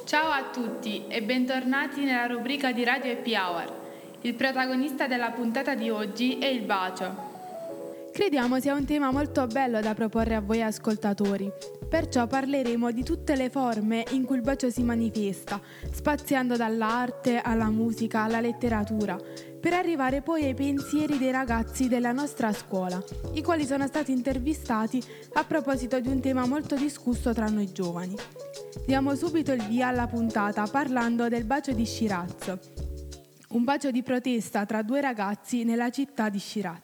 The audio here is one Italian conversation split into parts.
Ciao a tutti e bentornati nella rubrica di Radio Happy Hour. Il protagonista della puntata di oggi è il bacio. Crediamo sia un tema molto bello da proporre a voi ascoltatori, perciò parleremo di tutte le forme in cui il bacio si manifesta, spaziando dall'arte alla musica alla letteratura, per arrivare poi ai pensieri dei ragazzi della nostra scuola, i quali sono stati intervistati a proposito di un tema molto discusso tra noi giovani. Diamo subito il via alla puntata parlando del bacio di Shiraz, un bacio di protesta tra due ragazzi nella città di Shiraz.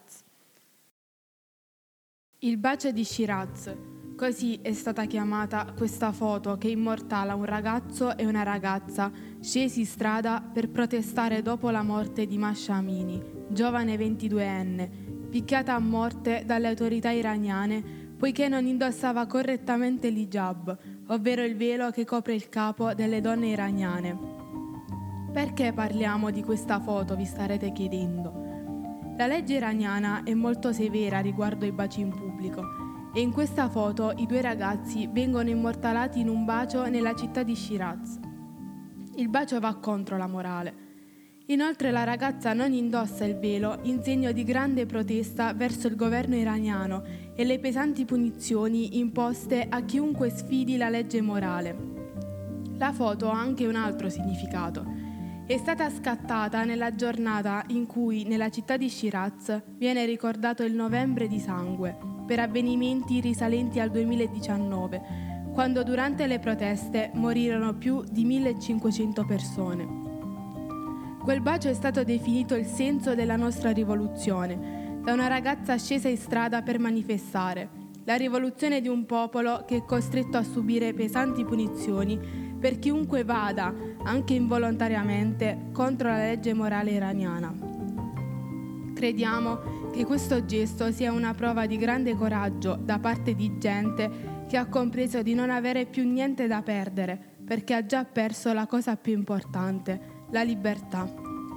Il bacio di Shiraz, così è stata chiamata questa foto che immortala un ragazzo e una ragazza scesi in strada per protestare dopo la morte di Mahsa Amini, giovane 22enne, picchiata a morte dalle autorità iraniane poiché non indossava correttamente l'hijab, ovvero il velo che copre il capo delle donne iraniane. Perché parliamo di questa foto, vi starete chiedendo? La legge iraniana è molto severa riguardo ai baci in pubblico e in questa foto i due ragazzi vengono immortalati in un bacio nella città di Shiraz. Il bacio va contro la morale. Inoltre la ragazza non indossa il velo in segno di grande protesta verso il governo iraniano e le pesanti punizioni imposte a chiunque sfidi la legge morale. La foto ha anche un altro significato. È stata scattata nella giornata in cui nella città di Shiraz viene ricordato il Novembre di sangue per avvenimenti risalenti al 2019, quando durante le proteste morirono più di 1500 persone. Quel bacio è stato definito il senso della nostra rivoluzione, da una ragazza scesa in strada per manifestare, la rivoluzione di un popolo che è costretto a subire pesanti punizioni per chiunque vada, anche involontariamente, contro la legge morale iraniana. Crediamo che questo gesto sia una prova di grande coraggio da parte di gente che ha compreso di non avere più niente da perdere, perché ha già perso la cosa più importante, la libertà.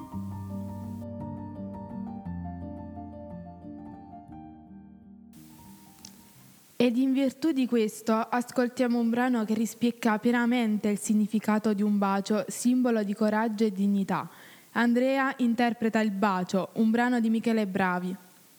Ed in virtù di questo ascoltiamo un brano che rispecchia pienamente il significato di un bacio, simbolo di coraggio e dignità. Andrea interpreta Il bacio, un brano di Michele Bravi.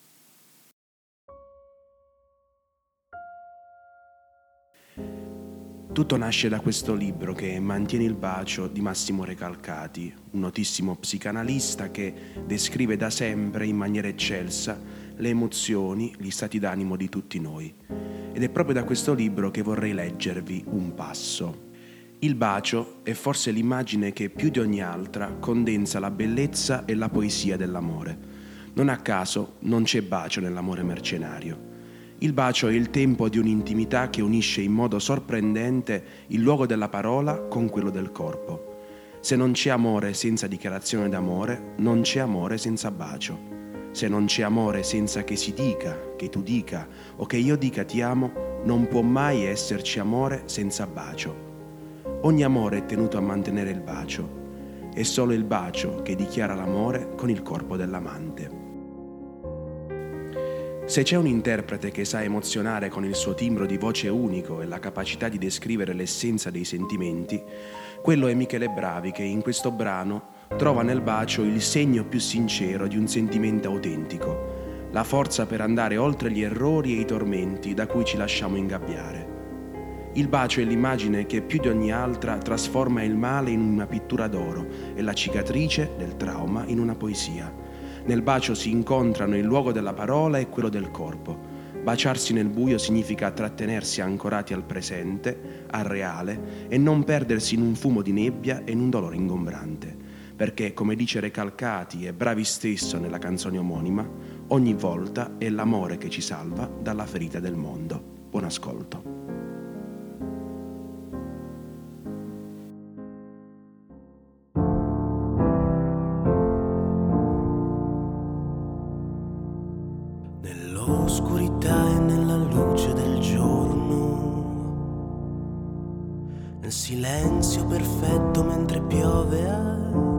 Tutto nasce da questo libro che Mantieni il bacio di Massimo Recalcati, un notissimo psicanalista che descrive da sempre in maniera eccelsa le emozioni, gli stati d'animo di tutti noi. Ed è proprio da questo libro che vorrei leggervi un passo. Il bacio è forse l'immagine che più di ogni altra condensa la bellezza e la poesia dell'amore. Non a caso non c'è bacio nell'amore mercenario. Il bacio è il tempo di un'intimità che unisce in modo sorprendente il luogo della parola con quello del corpo. Se non c'è amore senza dichiarazione d'amore, non c'è amore senza bacio. Se non c'è amore senza che si dica, che tu dica o che io dica ti amo, non può mai esserci amore senza bacio. Ogni amore è tenuto a mantenere il bacio. È solo il bacio che dichiara l'amore con il corpo dell'amante. Se c'è un interprete che sa emozionare con il suo timbro di voce unico e la capacità di descrivere l'essenza dei sentimenti, quello è Michele Bravi che in questo brano trova nel bacio il segno più sincero di un sentimento autentico, la forza per andare oltre gli errori e i tormenti da cui ci lasciamo ingabbiare. Il bacio è l'immagine che più di ogni altra trasforma il male in una pittura d'oro e la cicatrice del trauma in una poesia. Nel bacio si incontrano il luogo della parola e quello del corpo. Baciarsi nel buio significa trattenersi ancorati al presente, al reale, e non perdersi in un fumo di nebbia e in un dolore ingombrante. Perché, come dice Recalcati e Bravi stesso nella canzone omonima, ogni volta è l'amore che ci salva dalla ferita del mondo. Buon ascolto. Nell'oscurità e nella luce del giorno, nel silenzio perfetto mentre piove a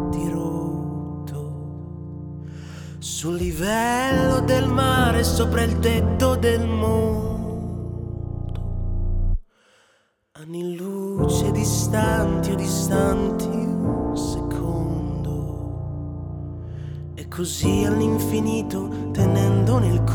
dirotto, sul livello del mare sopra il tetto del mondo, anni luce voce distanti o distanti un secondo. E così all'infinito tenendone il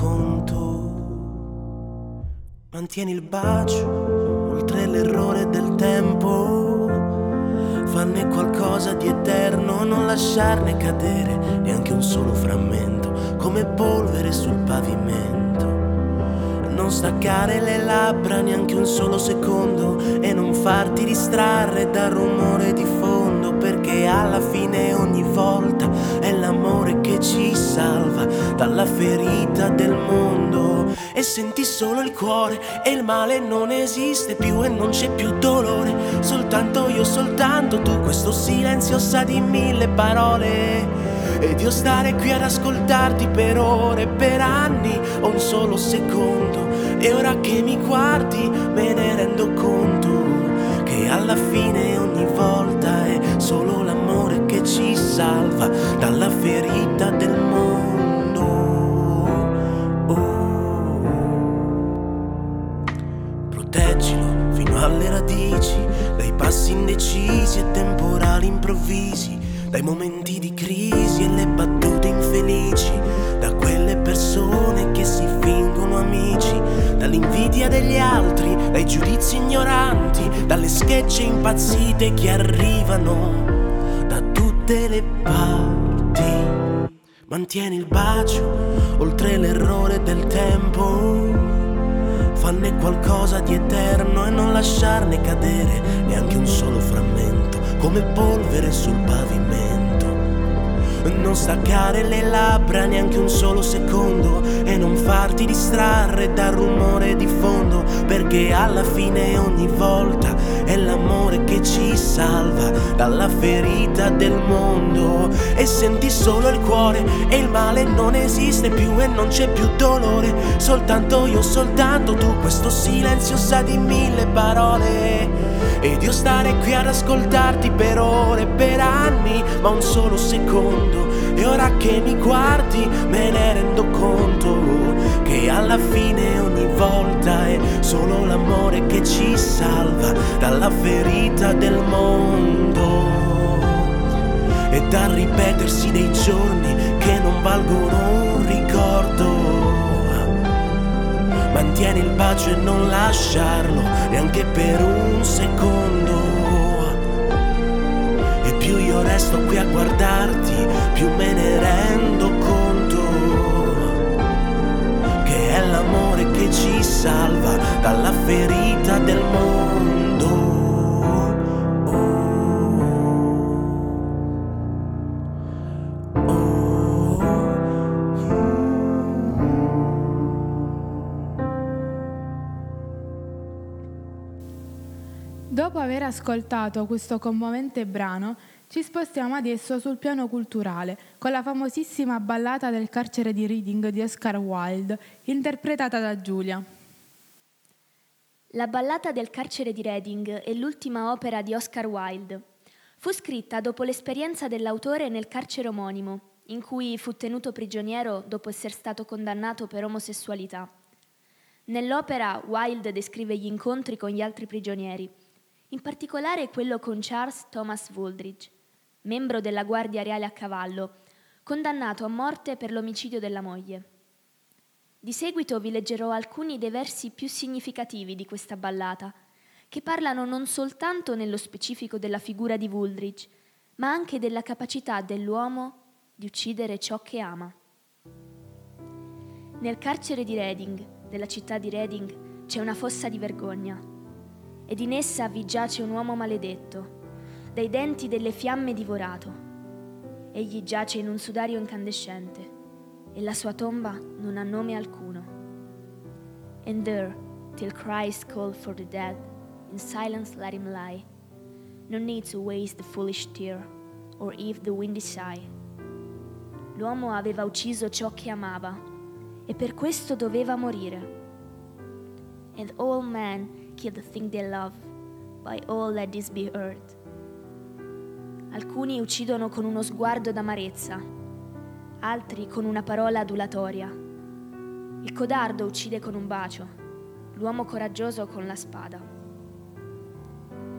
conto, mantieni il bacio oltre l'errore del tempo. Fanne qualcosa di eterno, non lasciarne cadere neanche un solo frammento, come polvere sul pavimento. Non staccare le labbra neanche un solo secondo e non farti distrarre dal rumore di fondo, perché alla fine ogni volta è l'amore che ci salva dalla ferita del mondo. E senti solo il cuore e il male non esiste più e non c'è più dolore, soltanto io, soltanto tu. Questo silenzio sa di 1000 parole ed io stare qui ad ascoltarti per ore, per anni o un solo secondo. E ora che mi guardi me ne rendo conto che alla fine ogni volta è solo l'amore che ci salva dalla ferita del mondo. Proteggilo fino alle radici dai passi indecisi e temporali improvvisi, dai momenti di crisi e le battute infelici, da quelle persone che si fingono amici, dall'invidia degli altri, dai giudizi ignoranti, dalle schegge impazzite che arrivano da tutte le parti. Mantieni il bacio oltre l'errore del tempo, fanne qualcosa di eterno e non lasciarne cadere neanche un solo frammento, come polvere sul pavimento. Non staccare le labbra neanche un solo secondo e non farti distrarre dal rumore di fondo, perché alla fine ogni volta è l'amore che ci salva dalla ferita del mondo. E senti solo il cuore e il male non esiste più e non c'è più dolore, soltanto io, soltanto tu. Questo silenzio sa di 1000 parole ed io stare qui ad ascoltarti per ore, per anni, ma un solo secondo. E ora che mi guardi me ne rendo conto che alla fine ogni volta è solo l'amore che ci salva dalla ferita del mondo e dal ripetersi dei giorni che non valgono un ricordo. Mantieni il bacio e non lasciarlo neanche per un secondo. E più io resto qui a guardarti, più me ne rendo conto che è l'amore che ci salva dalla ferita del mondo. Dopo aver ascoltato questo commovente brano, ci spostiamo adesso sul piano culturale, con la famosissima ballata del carcere di Reading di Oscar Wilde, interpretata da Giulia. La ballata del carcere di Reading è l'ultima opera di Oscar Wilde. Fu scritta dopo l'esperienza dell'autore nel carcere omonimo, in cui fu tenuto prigioniero dopo essere stato condannato per omosessualità. Nell'opera Wilde descrive gli incontri con gli altri prigionieri, in particolare quello con Charles Thomas Wooldridge, membro della Guardia Reale a cavallo, condannato a morte per l'omicidio della moglie. Di seguito vi leggerò alcuni dei versi più significativi di questa ballata, che parlano non soltanto nello specifico della figura di Wooldridge, ma anche della capacità dell'uomo di uccidere ciò che ama. Nel carcere di Reading, della città di Reading, c'è una fossa di vergogna, ed in essa vi giace un uomo maledetto, dai denti delle fiamme divorato. Egli giace in un sudario incandescente, e la sua tomba non ha nome alcuno. And there, till Christ called for the dead, in silence let him lie. No need to waste the foolish tear, or if the windy sigh. L'uomo aveva ucciso ciò che amava, e per questo doveva morire. And all men kill the thing they love, by all let this be heard. Alcuni uccidono con uno sguardo d'amarezza, altri con una parola adulatoria. Il codardo uccide con un bacio, l'uomo coraggioso con la spada.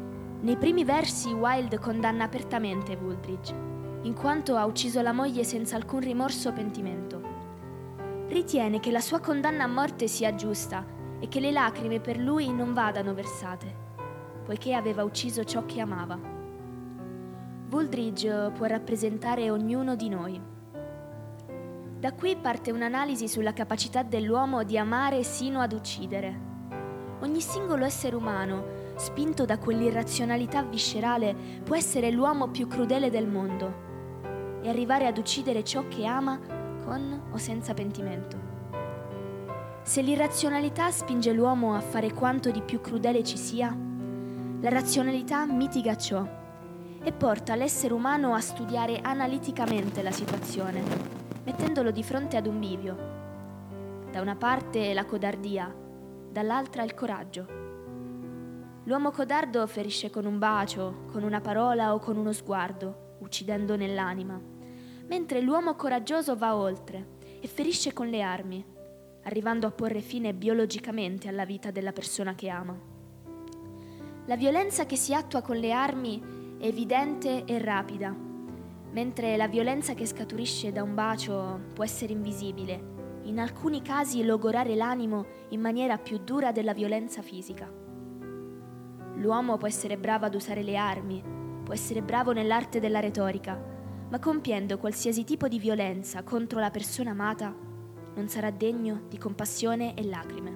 Nei primi versi Wilde condanna apertamente Wooldridge, in quanto ha ucciso la moglie senza alcun rimorso o pentimento. Ritiene che la sua condanna a morte sia giusta e che le lacrime per lui non vadano versate, poiché aveva ucciso ciò che amava. Wooldridge può rappresentare ognuno di noi. Da qui parte un'analisi sulla capacità dell'uomo di amare sino ad uccidere. Ogni singolo essere umano, spinto da quell'irrazionalità viscerale, può essere l'uomo più crudele del mondo e arrivare ad uccidere ciò che ama con o senza pentimento. Se l'irrazionalità spinge l'uomo a fare quanto di più crudele ci sia, la razionalità mitiga ciò e porta l'essere umano a studiare analiticamente la situazione, mettendolo di fronte ad un bivio. Da una parte la codardia, dall'altra il coraggio. L'uomo codardo ferisce con un bacio, con una parola o con uno sguardo, uccidendo nell'anima, mentre l'uomo coraggioso va oltre e ferisce con le armi, arrivando a porre fine biologicamente alla vita della persona che ama. La violenza che si attua con le armi è evidente e rapida, mentre la violenza che scaturisce da un bacio può essere invisibile, in alcuni casi logorare l'animo in maniera più dura della violenza fisica. L'uomo può essere bravo ad usare le armi, può essere bravo nell'arte della retorica, ma compiendo qualsiasi tipo di violenza contro la persona amata, non sarà degno di compassione e lacrime.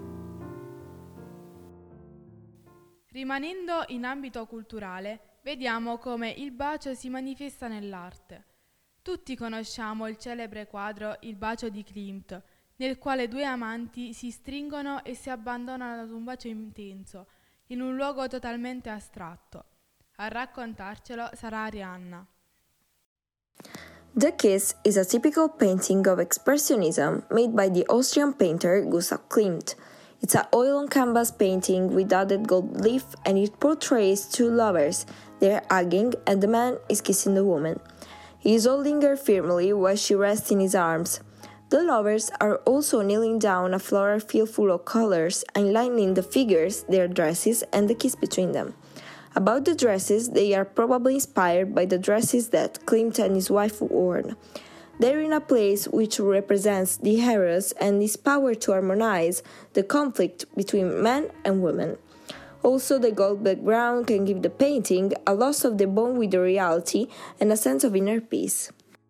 Rimanendo in ambito culturale, vediamo come il bacio si manifesta nell'arte. Tutti conosciamo il celebre quadro Il bacio di Klimt, nel quale due amanti si stringono e si abbandonano ad un bacio intenso, in un luogo totalmente astratto. A raccontarcelo sarà Arianna. The Kiss is a typical painting of Expressionism made by the Austrian painter Gustav Klimt. It's an oil-on-canvas painting with dotted gold leaf, and it portrays two lovers. They're hugging and the man is kissing the woman. He is holding her firmly while she rests in his arms. The lovers are also kneeling down a floral field full of colors, outlining the figures, their dresses, and the kiss between them. About the dresses, they are probably inspired by the dresses that Klimt and his wife wore. They're in a place which represents the eros and his power to harmonize the conflict between men and women. Also, the gold background can give the painting a loss of the bond with the reality and a sense of inner peace.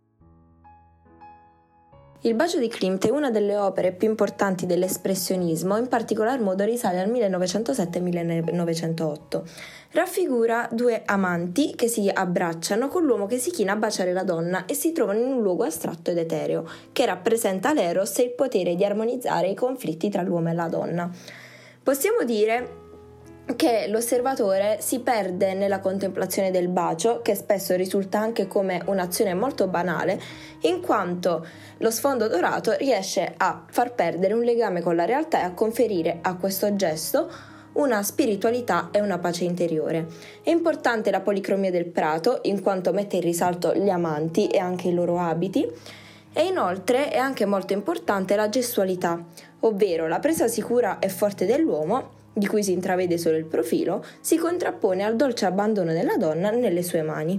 Il bacio di Klimt è una delle opere più importanti dell'espressionismo, in particolar modo risale al 1907-1908. Raffigura due amanti che si abbracciano con l'uomo che si china a baciare la donna e si trovano in un luogo astratto ed etereo, che rappresenta l'eros e il potere di armonizzare i conflitti tra l'uomo e la donna. Possiamo dire che l'osservatore si perde nella contemplazione del bacio, che spesso risulta anche come un'azione molto banale, in quanto lo sfondo dorato riesce a far perdere un legame con la realtà e a conferire a questo gesto una spiritualità e una pace interiore. È importante la policromia del prato, in quanto mette in risalto gli amanti e anche i loro abiti, e inoltre è anche molto importante la gestualità, ovvero la presa sicura e forte dell'uomo, di cui si intravede solo il profilo, si contrappone al dolce abbandono della donna nelle sue mani.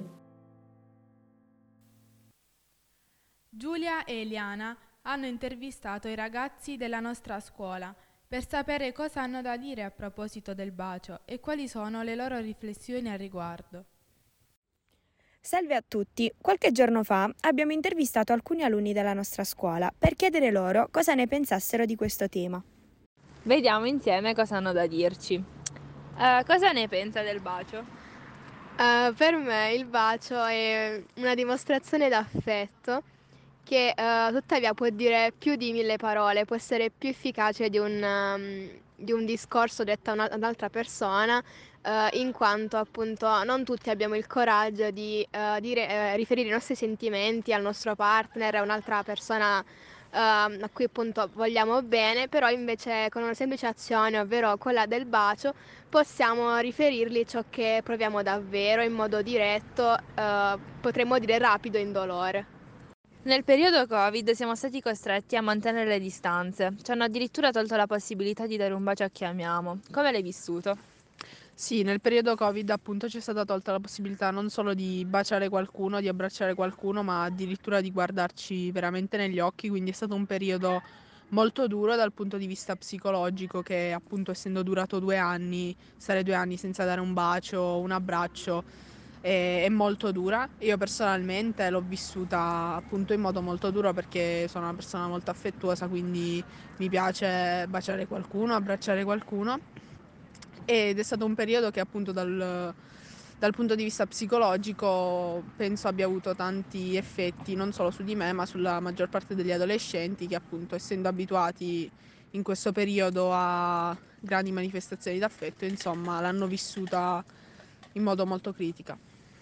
Giulia e Eliana hanno intervistato i ragazzi della nostra scuola per sapere cosa hanno da dire a proposito del bacio e quali sono le loro riflessioni al riguardo. Salve a tutti! Qualche giorno fa abbiamo intervistato alcuni alunni della nostra scuola per chiedere loro cosa ne pensassero di questo tema. Vediamo insieme cosa hanno da dirci. Cosa ne pensa del bacio? Per me il bacio è una dimostrazione d'affetto che tuttavia può dire più di 1000 parole, può essere più efficace di un discorso detto a un'altra persona, in quanto appunto non tutti abbiamo il coraggio di riferire i nostri sentimenti al nostro partner, a un'altra persona a cui appunto vogliamo bene, però invece con una semplice azione, ovvero quella del bacio, possiamo riferirgli ciò che proviamo davvero in modo diretto, potremmo dire rapido e indolore. Nel periodo Covid siamo stati costretti a mantenere le distanze. Ci hanno addirittura tolto la possibilità di dare un bacio a chi amiamo. Come l'hai vissuto? Sì, nel periodo Covid appunto c'è stata tolta la possibilità non solo di baciare qualcuno, di abbracciare qualcuno, ma addirittura di guardarci veramente negli occhi, quindi è stato un periodo molto duro dal punto di vista psicologico, che appunto essendo durato 2 anni, stare 2 anni senza dare un bacio, un abbraccio, è molto dura. Io personalmente l'ho vissuta appunto in modo molto duro perché sono una persona molto affettuosa, quindi mi piace baciare qualcuno, abbracciare qualcuno. Ed è stato un periodo che appunto dal punto di vista psicologico penso abbia avuto tanti effetti, non solo su di me, ma sulla maggior parte degli adolescenti che appunto essendo abituati in questo periodo a grandi manifestazioni d'affetto, insomma, l'hanno vissuta in modo molto critica.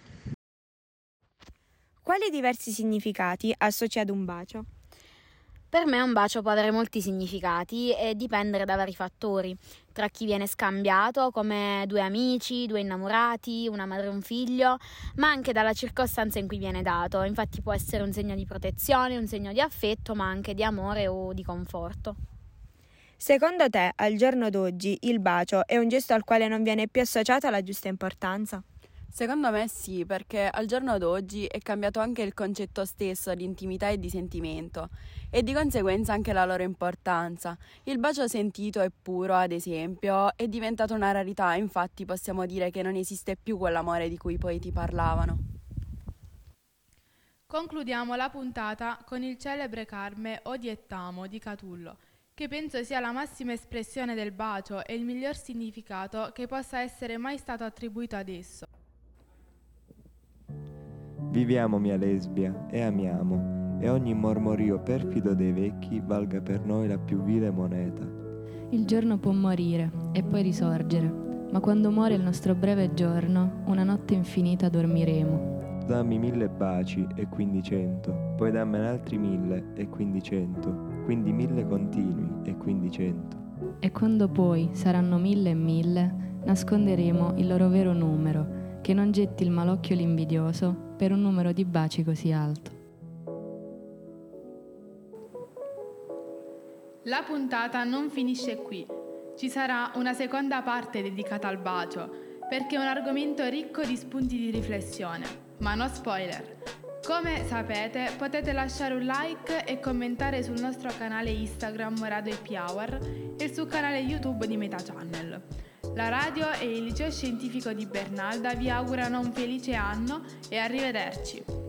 Quali diversi significati associ ad un bacio? Per me un bacio può avere molti significati e dipendere da vari fattori, tra chi viene scambiato come due amici, due innamorati, una madre e un figlio, ma anche dalla circostanza in cui viene dato. Infatti può essere un segno di protezione, un segno di affetto, ma anche di amore o di conforto. Secondo te, al giorno d'oggi, il bacio è un gesto al quale non viene più associata la giusta importanza? Secondo me sì, perché al giorno d'oggi è cambiato anche il concetto stesso di intimità e di sentimento e di conseguenza anche la loro importanza. Il bacio sentito e puro, ad esempio, è diventato una rarità, infatti possiamo dire che non esiste più quell'amore di cui i poeti parlavano. Concludiamo la puntata con il celebre Carme Odiettamo di Catullo, che penso sia la massima espressione del bacio e il miglior significato che possa essere mai stato attribuito ad esso. Viviamo, mia lesbia, e amiamo, e ogni mormorio perfido dei vecchi valga per noi la più vile moneta. Il giorno può morire e poi risorgere, ma quando muore il nostro breve giorno, una notte infinita dormiremo. Dammi 1000 baci e quindi 100, poi dammene altri 1000 e quindi 100, quindi 1000 continui e quindi 100. E quando poi saranno 1000 e 1000, nasconderemo il loro vero numero, che non getti il malocchio l'invidioso per un numero di baci così alto. La puntata non finisce qui. Ci sarà una seconda parte dedicata al bacio, perché è un argomento ricco di spunti di riflessione. Ma no spoiler. Come sapete, potete lasciare un like e commentare sul nostro canale Instagram Radio Happy Hour e sul canale YouTube di Meta Channel. La radio e il liceo scientifico di Bernalda vi augurano un felice anno e arrivederci!